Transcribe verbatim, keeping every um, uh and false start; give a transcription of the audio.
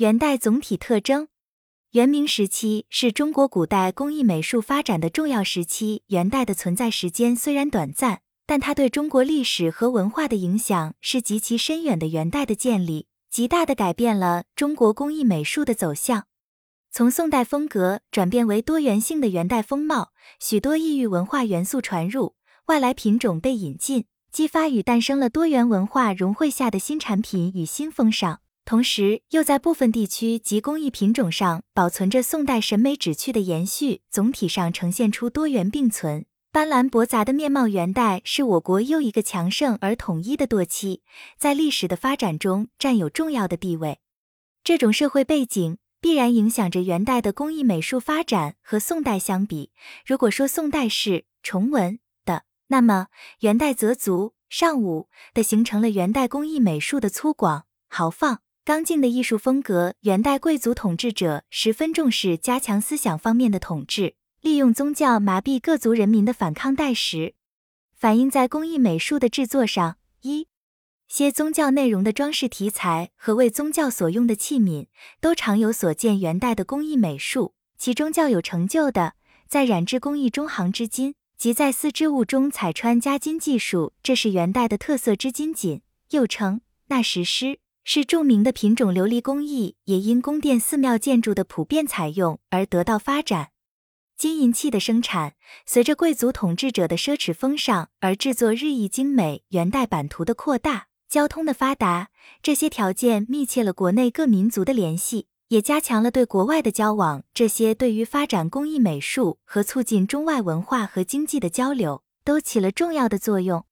元代总体特征。元明时期是中国古代工艺美术发展的重要时期，元代的存在时间虽然短暂，但它对中国历史和文化的影响是极其深远的。元代的建立，极大地改变了中国工艺美术的走向。从宋代风格转变为多元性的元代风貌，许多异域文化元素传入，外来品种被引进，激发与诞生了多元文化融汇下的新产品与新风尚。同时，又在部分地区及工艺品种上保存着宋代审美旨趣的延续，总体上呈现出多元并存、斑斓驳杂的面貌。元代是我国又一个强盛而统一的舵期，在历史的发展中占有重要的地位。这种社会背景必然影响着元代的工艺美术发展。和宋代相比，如果说宋代是崇文的，那么元代则俗尚武的形成了元代工艺美术的粗犷、豪放、刚劲的艺术风格。元代贵族统治者十分重视加强思想方面的统治，利用宗教麻痹各族人民的反抗代时，反映在工艺美术的制作上。一些宗教内容的装饰题材和为宗教所用的器皿，都常有所见元代的工艺美术，其中较有成就的，在染织工艺中行织金，即在丝织物中采穿加金技术，这是元代的特色织金锦，又称纳石狮，是著名的品种琉璃工艺，也因宫殿寺庙建筑的普遍采用而得到发展。金银器的生产，随着贵族统治者的奢侈风尚而制作日益精美。元代版图的扩大，交通的发达，这些条件密切了国内各民族的联系，也加强了对国外的交往，这些对于发展工艺美术和促进中外文化和经济的交流，都起了重要的作用。